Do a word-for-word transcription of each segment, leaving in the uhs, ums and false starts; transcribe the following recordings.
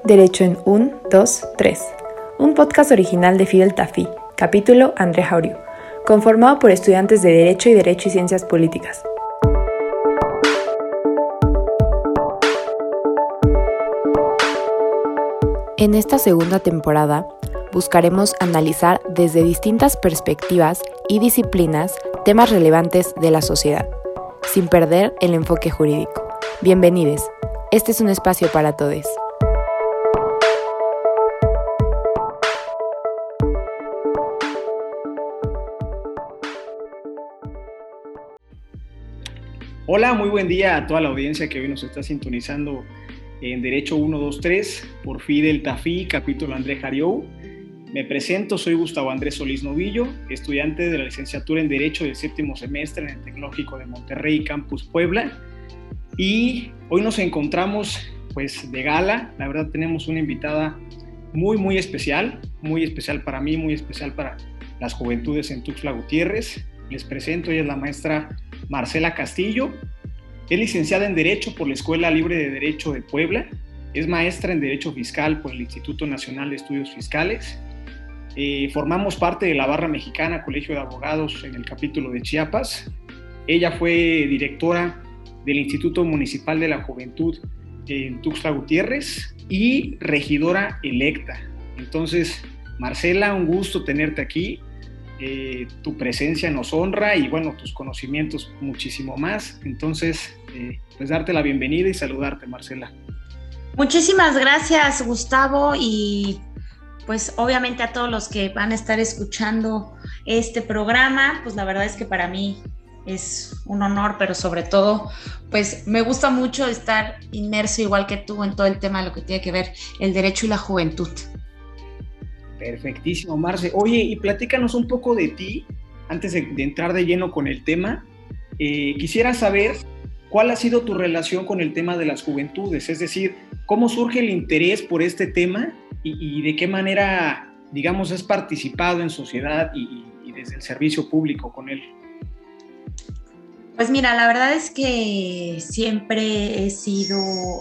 Derecho en uno, dos, tres. Un podcast original de Fidel Tafí, capítulo André Jauriu, conformado por estudiantes de Derecho y Derecho y Ciencias Políticas. En esta segunda temporada, buscaremos analizar desde distintas perspectivas y disciplinas temas relevantes de la sociedad, sin perder el enfoque jurídico. Bienvenidos, este es un espacio para todos. Hola, muy buen día a toda la audiencia que hoy nos está sintonizando en Derecho uno, dos, tres por Fidel Tafí, capítulo André Jauriu. Me presento, soy Gustavo Andrés Solís Novillo, estudiante de la licenciatura en Derecho del séptimo semestre en el Tecnológico de Monterrey, Campus Puebla. Y hoy nos encontramos pues de gala. La verdad tenemos una invitada muy muy especial, muy especial para mí, muy especial para las juventudes en Tuxtla Gutiérrez. Les presento, ella es la maestra Marcela Castillo. Es licenciada en Derecho por la Escuela Libre de Derecho de Puebla. Es maestra en Derecho Fiscal por el Instituto Nacional de Estudios Fiscales. Eh, formamos parte de la Barra Mexicana, Colegio de Abogados, en el capítulo de Chiapas. Ella fue directora del Instituto Municipal de la Juventud en Tuxtla Gutiérrez y regidora electa. Entonces, Marcela, un gusto tenerte aquí. Eh, tu presencia nos honra y bueno, tus conocimientos muchísimo más. Entonces, eh, pues darte la bienvenida y saludarte, Marcela. Muchísimas gracias, Gustavo, y pues obviamente a todos los que van a estar escuchando este programa. Pues la verdad es que para mí es un honor, pero sobre todo pues me gusta mucho estar inmerso igual que tú en todo el tema de lo que tiene que ver el derecho y la juventud. Perfectísimo, Marce. Oye, y platícanos un poco de ti, antes de, de entrar de lleno con el tema. Eh, quisiera saber cuál ha sido tu relación con el tema de las juventudes, es decir, cómo surge el interés por este tema y, y de qué manera, digamos, has participado en sociedad y, y desde el servicio público con él. Pues mira, la verdad es que siempre he sido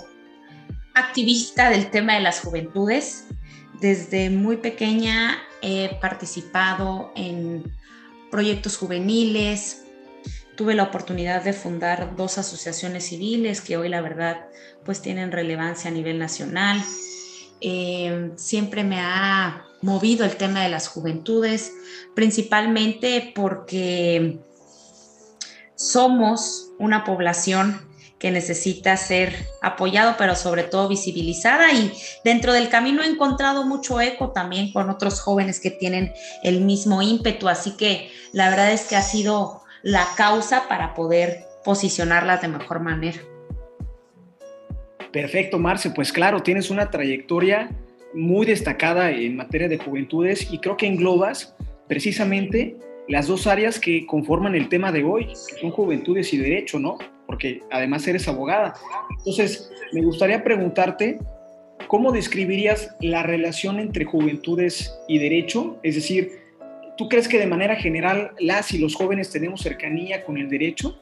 activista del tema de las juventudes. Desde muy pequeña he participado en proyectos juveniles, tuve la oportunidad de fundar dos asociaciones civiles que hoy la verdad pues tienen relevancia a nivel nacional. Eh, siempre me ha movido el tema de las juventudes, principalmente porque somos una población que necesita ser apoyado, pero sobre todo visibilizada, y dentro del camino he encontrado mucho eco también con otros jóvenes que tienen el mismo ímpetu, así que la verdad es que ha sido la causa para poder posicionarlas de mejor manera. Perfecto, Marce, pues claro, tienes una trayectoria muy destacada en materia de juventudes y creo que englobas precisamente las dos áreas que conforman el tema de hoy, que son juventudes y derecho, ¿no? Porque además eres abogada. Entonces, me gustaría preguntarte, ¿cómo describirías la relación entre juventudes y derecho? Es decir, ¿tú crees que de manera general las y los jóvenes tenemos cercanía con el derecho?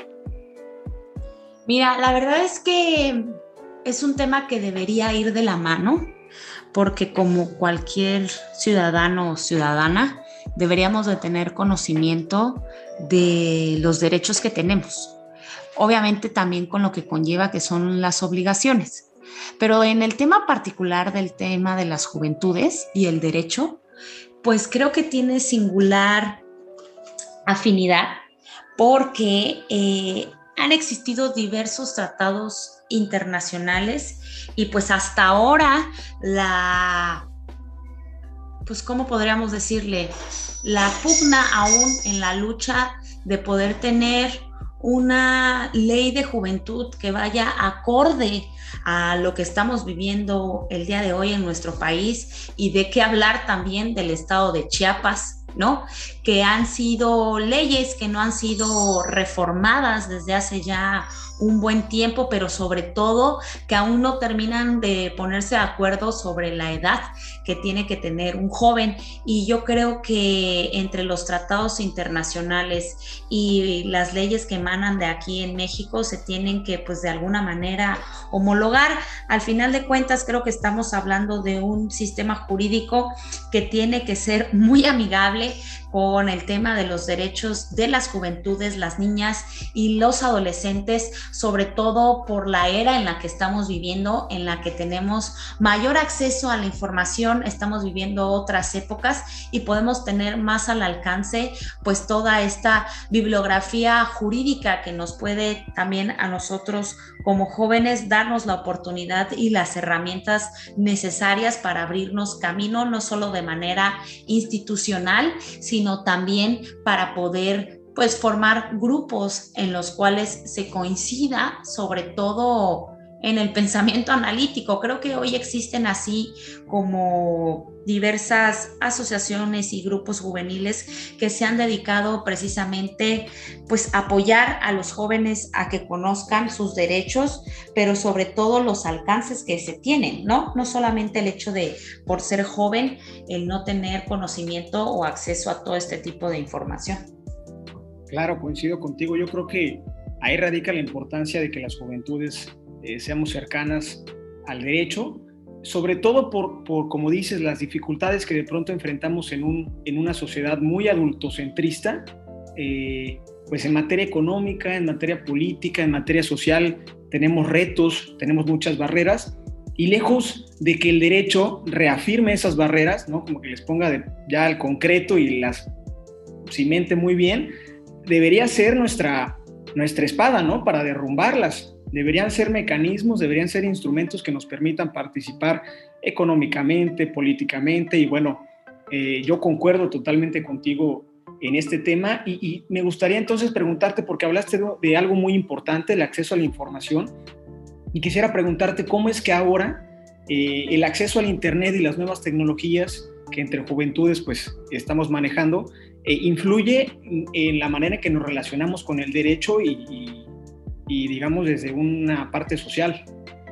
Mira, la verdad es que es un tema que debería ir de la mano, porque como cualquier ciudadano o ciudadana, deberíamos de tener conocimiento de los derechos que tenemos. Obviamente también con lo que conlleva que son las obligaciones. Pero en el tema particular del tema de las juventudes y el derecho, pues creo que tiene singular afinidad porque eh, han existido diversos tratados internacionales y pues hasta ahora la, pues ¿cómo podríamos decirle? La pugna aún en la lucha de poder tener una ley de juventud que vaya acorde a lo que estamos viviendo el día de hoy en nuestro país, y de qué hablar también del estado de Chiapas, ¿no? Que han sido leyes que no han sido reformadas desde hace ya un buen tiempo, pero sobre todo que aún no terminan de ponerse de acuerdo sobre la edad que tiene que tener un joven. Y yo creo que entre los tratados internacionales y las leyes que emanan de aquí en México se tienen que, pues, de alguna manera homologar. Al final de cuentas, creo que estamos hablando de un sistema jurídico que tiene que ser muy amigable con el tema de los derechos de las juventudes, las niñas y los adolescentes, sobre todo por la era en la que estamos viviendo, en la que tenemos mayor acceso a la información, estamos viviendo otras épocas y podemos tener más al alcance pues toda esta bibliografía jurídica que nos puede también a nosotros como jóvenes darnos la oportunidad y las herramientas necesarias para abrirnos camino, no solo de manera institucional, sino también para poder pues formar grupos en los cuales se coincida, sobre todo en el pensamiento analítico. Creo que hoy existen así como diversas asociaciones y grupos juveniles que se han dedicado precisamente pues a apoyar a los jóvenes a que conozcan sus derechos, pero sobre todo los alcances que se tienen, ¿no? No solamente el hecho de, por ser joven, el no tener conocimiento o acceso a todo este tipo de información. Claro, coincido contigo. Yo creo que ahí radica la importancia de que las juventudes eh, seamos cercanas al derecho, sobre todo por, por, como dices, las dificultades que de pronto enfrentamos en, un, en una sociedad muy adultocentrista, eh, pues en materia económica, en materia política, en materia social, tenemos retos, tenemos muchas barreras, y lejos de que el derecho reafirme esas barreras, ¿no? Como que les ponga de, ya al concreto y las cimente muy bien, debería ser nuestra, nuestra espada, ¿no? Para derrumbarlas. Deberían ser mecanismos, deberían ser instrumentos que nos permitan participar económicamente, políticamente, y bueno, eh, yo concuerdo totalmente contigo en este tema, y, y me gustaría entonces preguntarte, porque hablaste de, de algo muy importante, el acceso a la información, y quisiera preguntarte cómo es que ahora eh, el acceso al internet y las nuevas tecnologías que entre juventudes pues estamos manejando, eh, influye en la manera en que nos relacionamos con el derecho y, y, y digamos desde una parte social.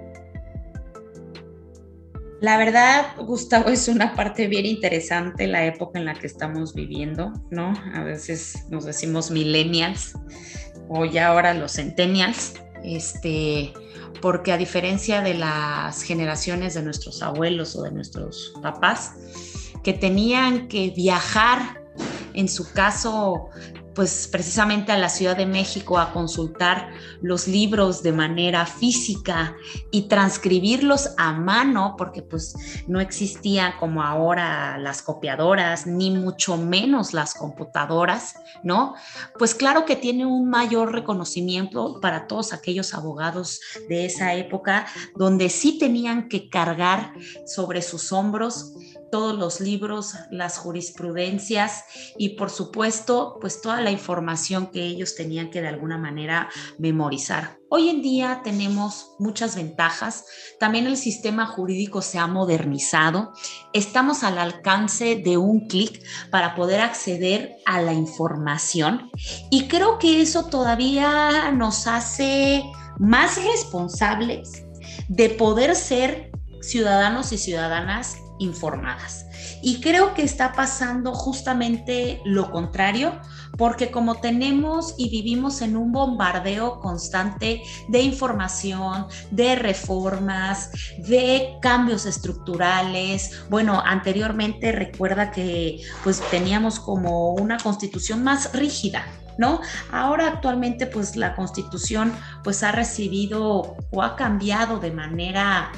La verdad, Gustavo, es una parte bien interesante la época en la que estamos viviendo, ¿no? A veces nos decimos millennials o ya ahora los centennials, este, porque a diferencia de las generaciones de nuestros abuelos o de nuestros papás, que tenían que viajar, en su caso, pues precisamente a la Ciudad de México a consultar los libros de manera física y transcribirlos a mano, porque pues no existían como ahora las copiadoras, ni mucho menos las computadoras, ¿no? Pues claro que tiene un mayor reconocimiento para todos aquellos abogados de esa época, donde sí tenían que cargar sobre sus hombros todos los libros, las jurisprudencias y por supuesto pues toda la información que ellos tenían que de alguna manera memorizar. Hoy en día tenemos muchas ventajas, también el sistema jurídico se ha modernizado, estamos al alcance de un clic para poder acceder a la información y creo que eso todavía nos hace más responsables de poder ser ciudadanos y ciudadanas informadas. Y creo que está pasando justamente lo contrario, porque como tenemos y vivimos en un bombardeo constante de información, de reformas, de cambios estructurales. Bueno, anteriormente recuerda que pues teníamos como una constitución más rígida, ¿no? Ahora actualmente pues la constitución pues ha recibido o ha cambiado de manera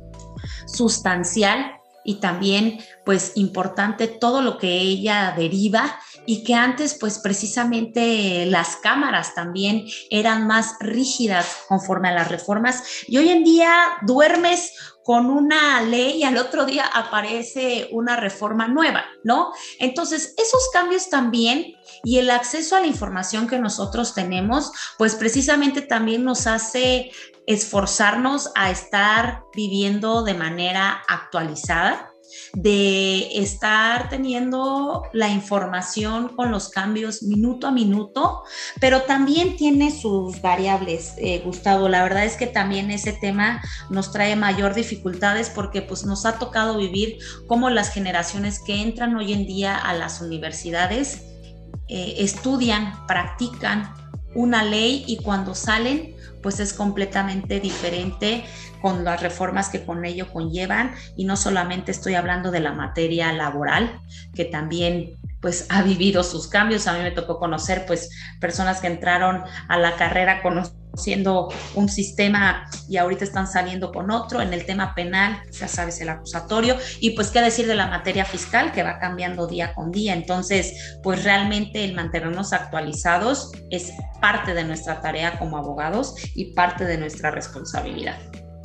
sustancial y también pues importante todo lo que ella deriva y que antes pues precisamente las cámaras también eran más rígidas conforme a las reformas y hoy en día duermes con una ley y al otro día aparece una reforma nueva, ¿no? Entonces esos cambios también y el acceso a la información que nosotros tenemos pues precisamente también nos hace esforzarnos a estar viviendo de manera actualizada de estar teniendo la información con los cambios minuto a minuto, pero también tiene sus variables, eh, Gustavo. La verdad es que también ese tema nos trae mayor dificultades porque pues, nos ha tocado vivir cómo las generaciones que entran hoy en día a las universidades eh, estudian, practican una ley y cuando salen pues es completamente diferente con las reformas que con ello conllevan, y no solamente estoy hablando de la materia laboral, que también pues ha vivido sus cambios. A mí me tocó conocer pues personas que entraron a la carrera conociendo un sistema y ahorita están saliendo con otro. En el tema penal, ya sabes, el acusatorio, y pues qué decir de la materia fiscal que va cambiando día con día. Entonces pues realmente el mantenernos actualizados es parte de nuestra tarea como abogados y parte de nuestra responsabilidad.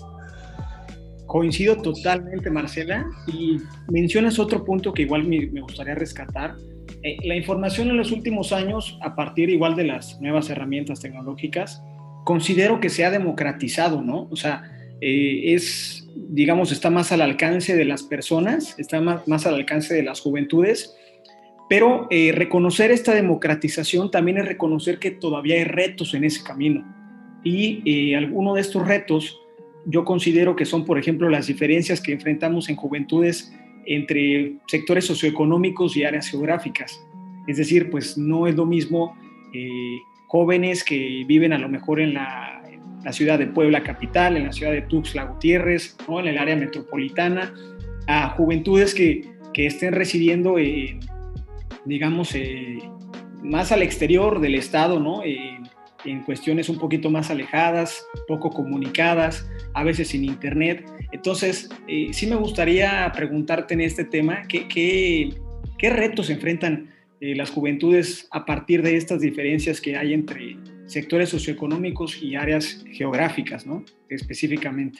Coincido totalmente, Marcela, y mencionas otro punto que igual me, me gustaría rescatar. Eh, la información en los últimos años, a partir igual de las nuevas herramientas tecnológicas, considero que se ha democratizado, ¿no? O sea, eh, es, digamos, está más al alcance de las personas, está más, más al alcance de las juventudes, pero eh, reconocer esta democratización también es reconocer que todavía hay retos en ese camino. Y eh, alguno de estos retos yo considero que son, por ejemplo, las diferencias que enfrentamos en juventudes entre sectores socioeconómicos y áreas geográficas. Es decir, pues no es lo mismo eh, jóvenes que viven a lo mejor en la, en la ciudad de Puebla capital, en la ciudad de Tuxtla Gutiérrez, ¿no? En el área metropolitana, a juventudes que, que estén residiendo, eh, digamos, eh, más al exterior del estado, ¿no? Eh, en cuestiones un poquito más alejadas, poco comunicadas, a veces sin internet. Entonces, eh, sí me gustaría preguntarte en este tema, ¿qué, qué, qué retos enfrentan eh, las juventudes a partir de estas diferencias que hay entre sectores socioeconómicos y áreas geográficas, ¿no? Específicamente.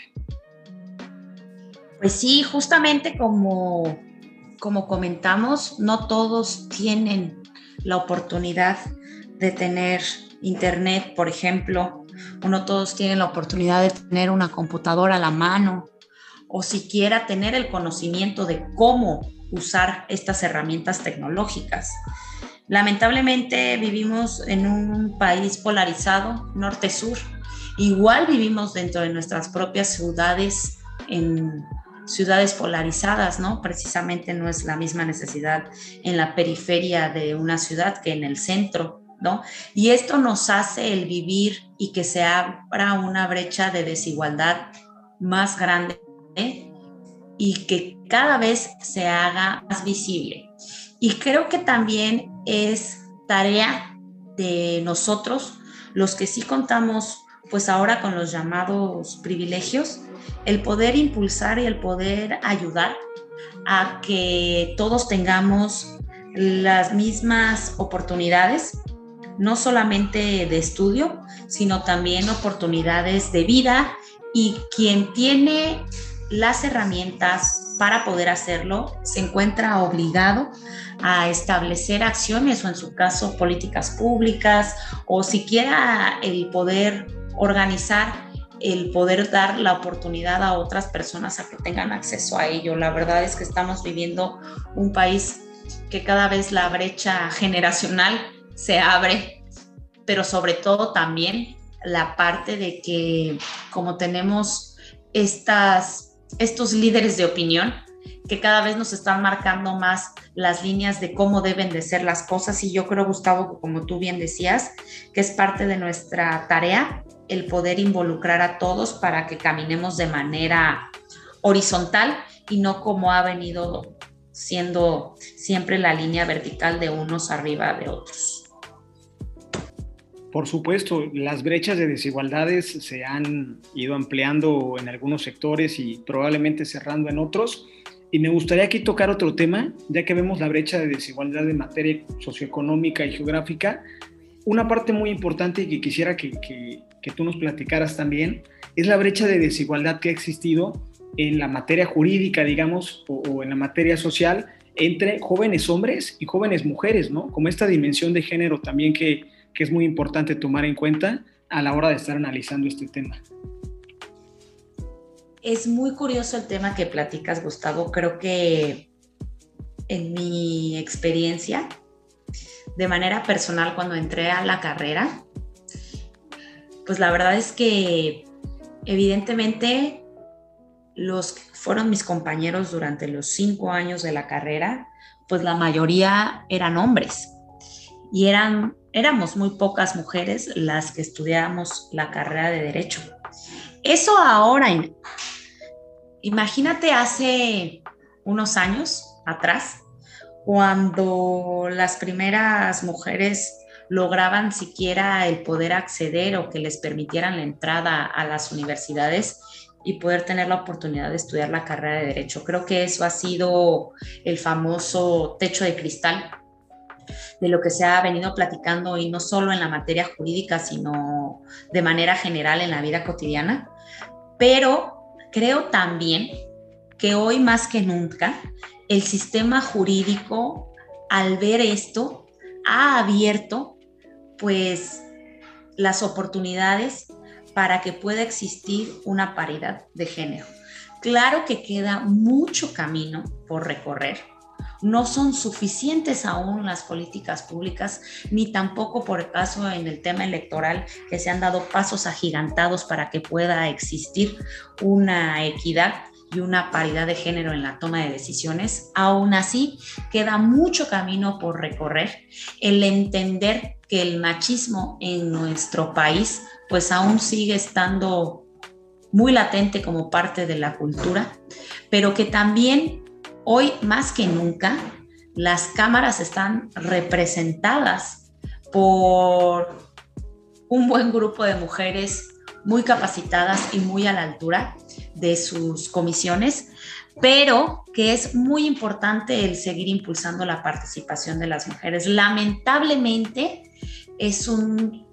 Pues sí, justamente como, como comentamos, no todos tienen la oportunidad de tener internet, por ejemplo, o no todos tienen la oportunidad de tener una computadora a la mano, o siquiera tener el conocimiento de cómo usar estas herramientas tecnológicas. Lamentablemente vivimos en un país polarizado, norte-sur. Igual vivimos dentro de nuestras propias ciudades, en ciudades polarizadas, ¿no? Precisamente no es la misma necesidad en la periferia de una ciudad que en el centro, ¿no? Y esto nos hace el vivir y que se abra una brecha de desigualdad más grande, ¿eh? Y que cada vez se haga más visible. Y creo que también es tarea de nosotros, los que sí contamos pues ahora con los llamados privilegios, el poder impulsar y el poder ayudar a que todos tengamos las mismas oportunidades, no solamente de estudio, sino también oportunidades de vida, y quien tiene las herramientas para poder hacerlo se encuentra obligado a establecer acciones, o en su caso políticas públicas, o siquiera el poder organizar, el poder dar la oportunidad a otras personas a que tengan acceso a ello. La verdad es que estamos viviendo un país que cada vez la brecha generacional se abre, pero sobre todo también la parte de que como tenemos estas, estos líderes de opinión que cada vez nos están marcando más las líneas de cómo deben de ser las cosas, y yo creo, Gustavo, como tú bien decías, que es parte de nuestra tarea el poder involucrar a todos para que caminemos de manera horizontal y no como ha venido siendo siempre la línea vertical de unos arriba de otros. Por supuesto, las brechas de desigualdades se han ido ampliando en algunos sectores y probablemente cerrando en otros. Y me gustaría aquí tocar otro tema, ya que vemos la brecha de desigualdad en materia socioeconómica y geográfica. Una parte muy importante y que quisiera que, que, que tú nos platicaras también es la brecha de desigualdad que ha existido en la materia jurídica, digamos, o, o en la materia social entre jóvenes hombres y jóvenes mujeres, ¿no? Como esta dimensión de género también que, que es muy importante tomar en cuenta a la hora de estar analizando este tema. Es muy curioso el tema que platicas, Gustavo. Creo que en mi experiencia, de manera personal, cuando entré a la carrera, pues la verdad es que evidentemente los que fueron mis compañeros durante los cinco años de la carrera, pues la mayoría eran hombres y eran, éramos muy pocas mujeres las que estudiábamos la carrera de Derecho. Eso ahora, imagínate hace unos años atrás, cuando las primeras mujeres lograban siquiera el poder acceder o que les permitieran la entrada a las universidades y poder tener la oportunidad de estudiar la carrera de Derecho. Creo que eso ha sido el famoso techo de cristal de lo que se ha venido platicando, y no solo en la materia jurídica, sino de manera general en la vida cotidiana. Pero creo también que hoy más que nunca el sistema jurídico, al ver esto, ha abierto pues las oportunidades para que pueda existir una paridad de género. Claro que queda mucho camino por recorrer. No son suficientes aún las políticas públicas, ni tampoco, por el caso en el tema electoral, que se han dado pasos agigantados para que pueda existir una equidad y una paridad de género en la toma de decisiones. Aún así, queda mucho camino por recorrer. El entender que el machismo en nuestro país pues aún sigue estando muy latente como parte de la cultura, pero que también hoy más que nunca las cámaras están representadas por un buen grupo de mujeres muy capacitadas y muy a la altura de sus comisiones, pero que es muy importante el seguir impulsando la participación de las mujeres. Lamentablemente es un,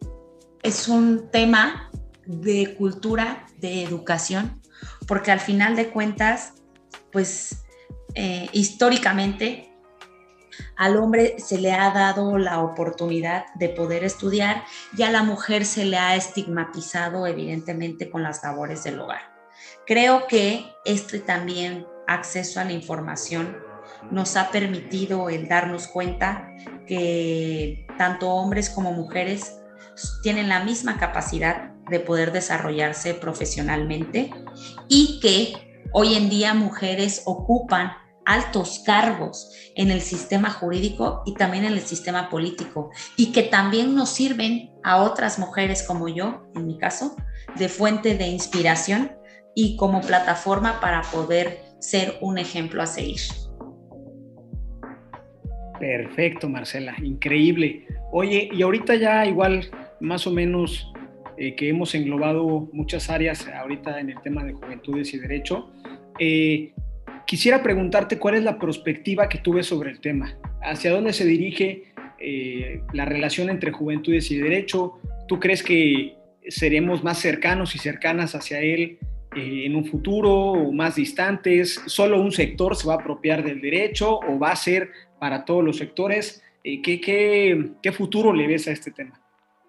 es un tema de cultura, de educación, porque al final de cuentas, pues eh, históricamente al hombre se le ha dado la oportunidad de poder estudiar y a la mujer se le ha estigmatizado evidentemente con las labores del hogar. Creo que este también acceso a la información nos ha permitido el darnos cuenta que tanto hombres como mujeres tienen la misma capacidad de poder desarrollarse profesionalmente y que hoy en día mujeres ocupan altos cargos en el sistema jurídico y también en el sistema político, y que también nos sirven a otras mujeres como yo, en mi caso, de fuente de inspiración y como plataforma para poder ser un ejemplo a seguir. Perfecto, Marcela, increíble. Oye, y ahorita ya igual más o menos eh, que hemos englobado muchas áreas ahorita en el tema de juventudes y derecho, eh, quisiera preguntarte cuál es la perspectiva que tú ves sobre el tema. ¿Hacia dónde se dirige eh, la relación entre juventudes y derecho? ¿Tú crees que seremos más cercanos y cercanas hacia él eh, en un futuro o más distantes? ¿Solo un sector se va a apropiar del derecho o va a ser para todos los sectores? Eh, ¿qué, qué, ¿Qué futuro le ves a este tema?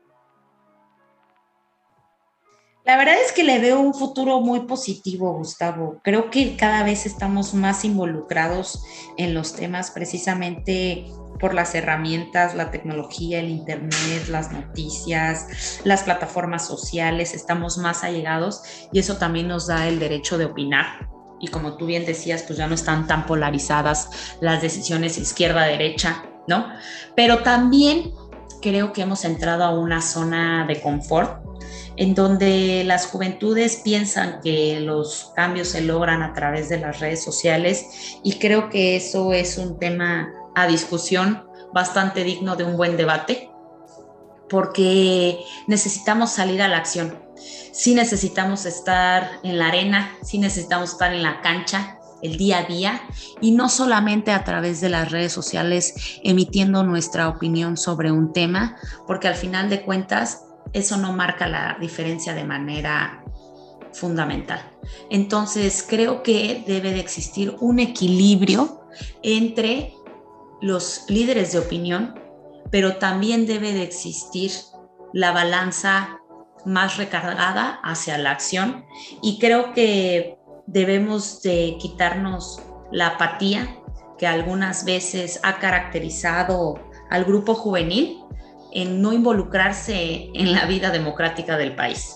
La verdad es que le veo un futuro muy positivo, Gustavo. Creo que cada vez estamos más involucrados en los temas precisamente por las herramientas, la tecnología, el internet, las noticias, las plataformas sociales. Estamos más allegados y eso también nos da el derecho de opinar. Y como tú bien decías, pues ya no están tan polarizadas las decisiones izquierda-derecha, ¿no? Pero también creo que hemos entrado a una zona de confort en donde las juventudes piensan que los cambios se logran a través de las redes sociales, y creo que eso es un tema a discusión bastante digno de un buen debate, porque necesitamos salir a la acción. Sí necesitamos estar en la arena, sí necesitamos estar en la cancha el día a día, y no solamente a través de las redes sociales emitiendo nuestra opinión sobre un tema, porque al final de cuentas eso no marca la diferencia de manera fundamental. Entonces creo que debe de existir un equilibrio entre los líderes de opinión, pero también debe de existir la balanza más recargada hacia la acción, y creo que debemos de quitarnos la apatía que algunas veces ha caracterizado al grupo juvenil en no involucrarse en la vida democrática del país.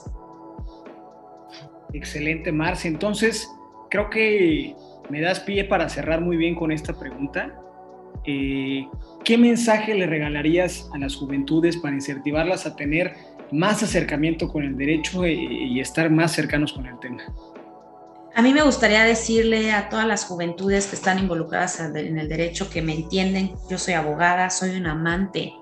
Excelente, Marce. Entonces, creo que me das pie para cerrar muy bien con esta pregunta. Eh, ¿Qué mensaje le regalarías a las juventudes para incentivarlas a tener más acercamiento con el derecho y, y estar más cercanos con el tema? A mí me gustaría decirle a todas las juventudes que están involucradas en el derecho, que me entienden. Yo soy abogada, soy un amante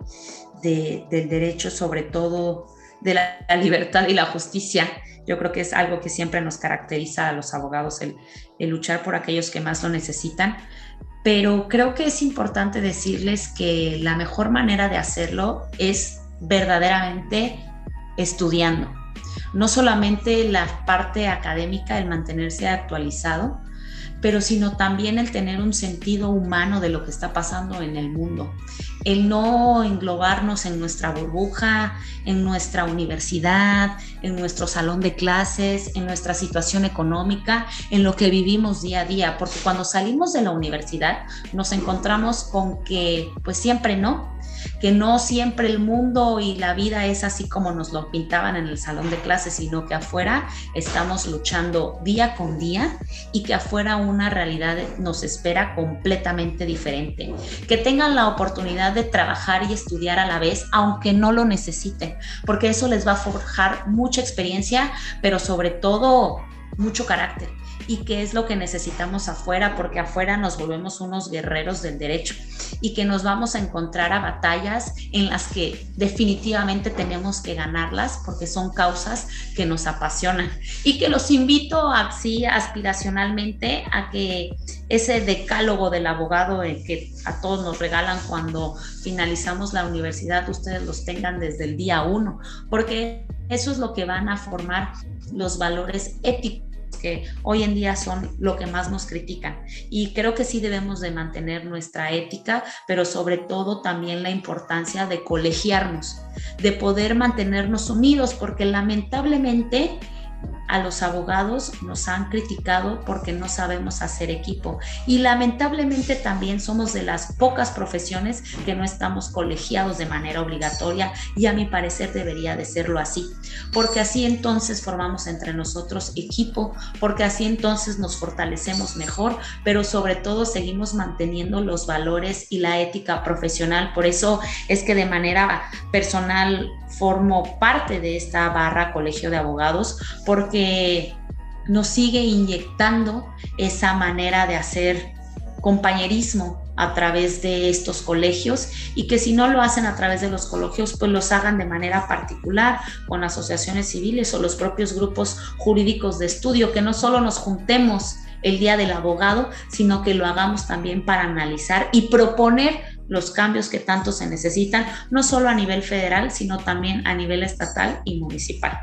de, del derecho, sobre todo de la, la libertad y la justicia. Yo creo que es algo que siempre nos caracteriza a los abogados, el, el luchar por aquellos que más lo necesitan. Pero creo que es importante decirles que la mejor manera de hacerlo es verdaderamente estudiando. No solamente la parte académica, el mantenerse actualizado, pero sino también el tener un sentido humano de lo que está pasando en el mundo. El no englobarnos en nuestra burbuja, en nuestra universidad, en nuestro salón de clases, en nuestra situación económica, en lo que vivimos día a día, porque cuando salimos de la universidad nos encontramos con que pues siempre no, que no siempre el mundo y la vida es así como nos lo pintaban en el salón de clases, sino que afuera estamos luchando día con día y que afuera una realidad nos espera completamente diferente. Que tengan la oportunidad de trabajar y estudiar a la vez, aunque no lo necesiten, porque eso les va a forjar mucha experiencia, pero sobre todo mucho carácter. Y qué es lo que necesitamos afuera, porque afuera nos volvemos unos guerreros del derecho y que nos vamos a encontrar a batallas en las que definitivamente tenemos que ganarlas, porque son causas que nos apasionan, y que los invito así aspiracionalmente a que ese decálogo del abogado que a todos nos regalan cuando finalizamos la universidad, ustedes los tengan desde el día uno, porque eso es lo que van a formar los valores éticos que hoy en día son lo que más nos critican. Y creo que sí debemos de mantener nuestra ética, pero sobre todo también la importancia de colegiarnos, de poder mantenernos unidos, porque lamentablemente a los abogados nos han criticado porque no sabemos hacer equipo, y lamentablemente también somos de las pocas profesiones que no estamos colegiados de manera obligatoria, y a mi parecer debería de serlo así, porque así entonces formamos entre nosotros equipo, porque así entonces nos fortalecemos mejor, pero sobre todo seguimos manteniendo los valores y la ética profesional. Por eso es que de manera personal formo parte de esta barra Colegio de Abogados, porque nos sigue inyectando esa manera de hacer compañerismo a través de estos colegios, y que si no lo hacen a través de los colegios, pues los hagan de manera particular con asociaciones civiles o los propios grupos jurídicos de estudio, que no solo nos juntemos el día del abogado, sino que lo hagamos también para analizar y proponer los cambios que tanto se necesitan, no solo a nivel federal, sino también a nivel estatal y municipal.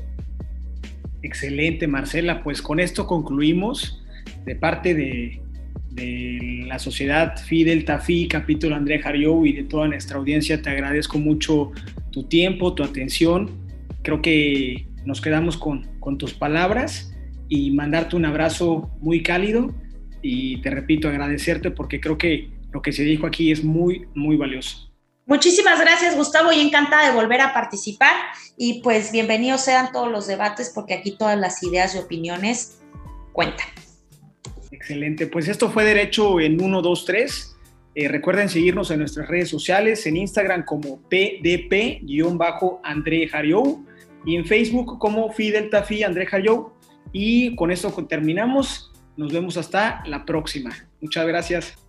Excelente, Marcela. Pues con esto concluimos. De parte de, de la Sociedad Fidel Tafí, capítulo André Jariou, y de toda nuestra audiencia, te agradezco mucho tu tiempo, tu atención. Creo que nos quedamos con, con tus palabras, y mandarte un abrazo muy cálido, y te repito, agradecerte, porque creo que lo que se dijo aquí es muy, muy valioso. Muchísimas gracias, Gustavo, y encantada de volver a participar, y pues bienvenidos sean todos los debates, porque aquí todas las ideas y opiniones cuentan. Excelente, pues esto fue Derecho en uno, dos, tres. Eh, recuerden seguirnos en nuestras redes sociales, en Instagram como P D P André Jariou, y en Facebook como Fidel Tafí André Jariou. Y con esto terminamos. Nos vemos hasta la próxima. Muchas gracias.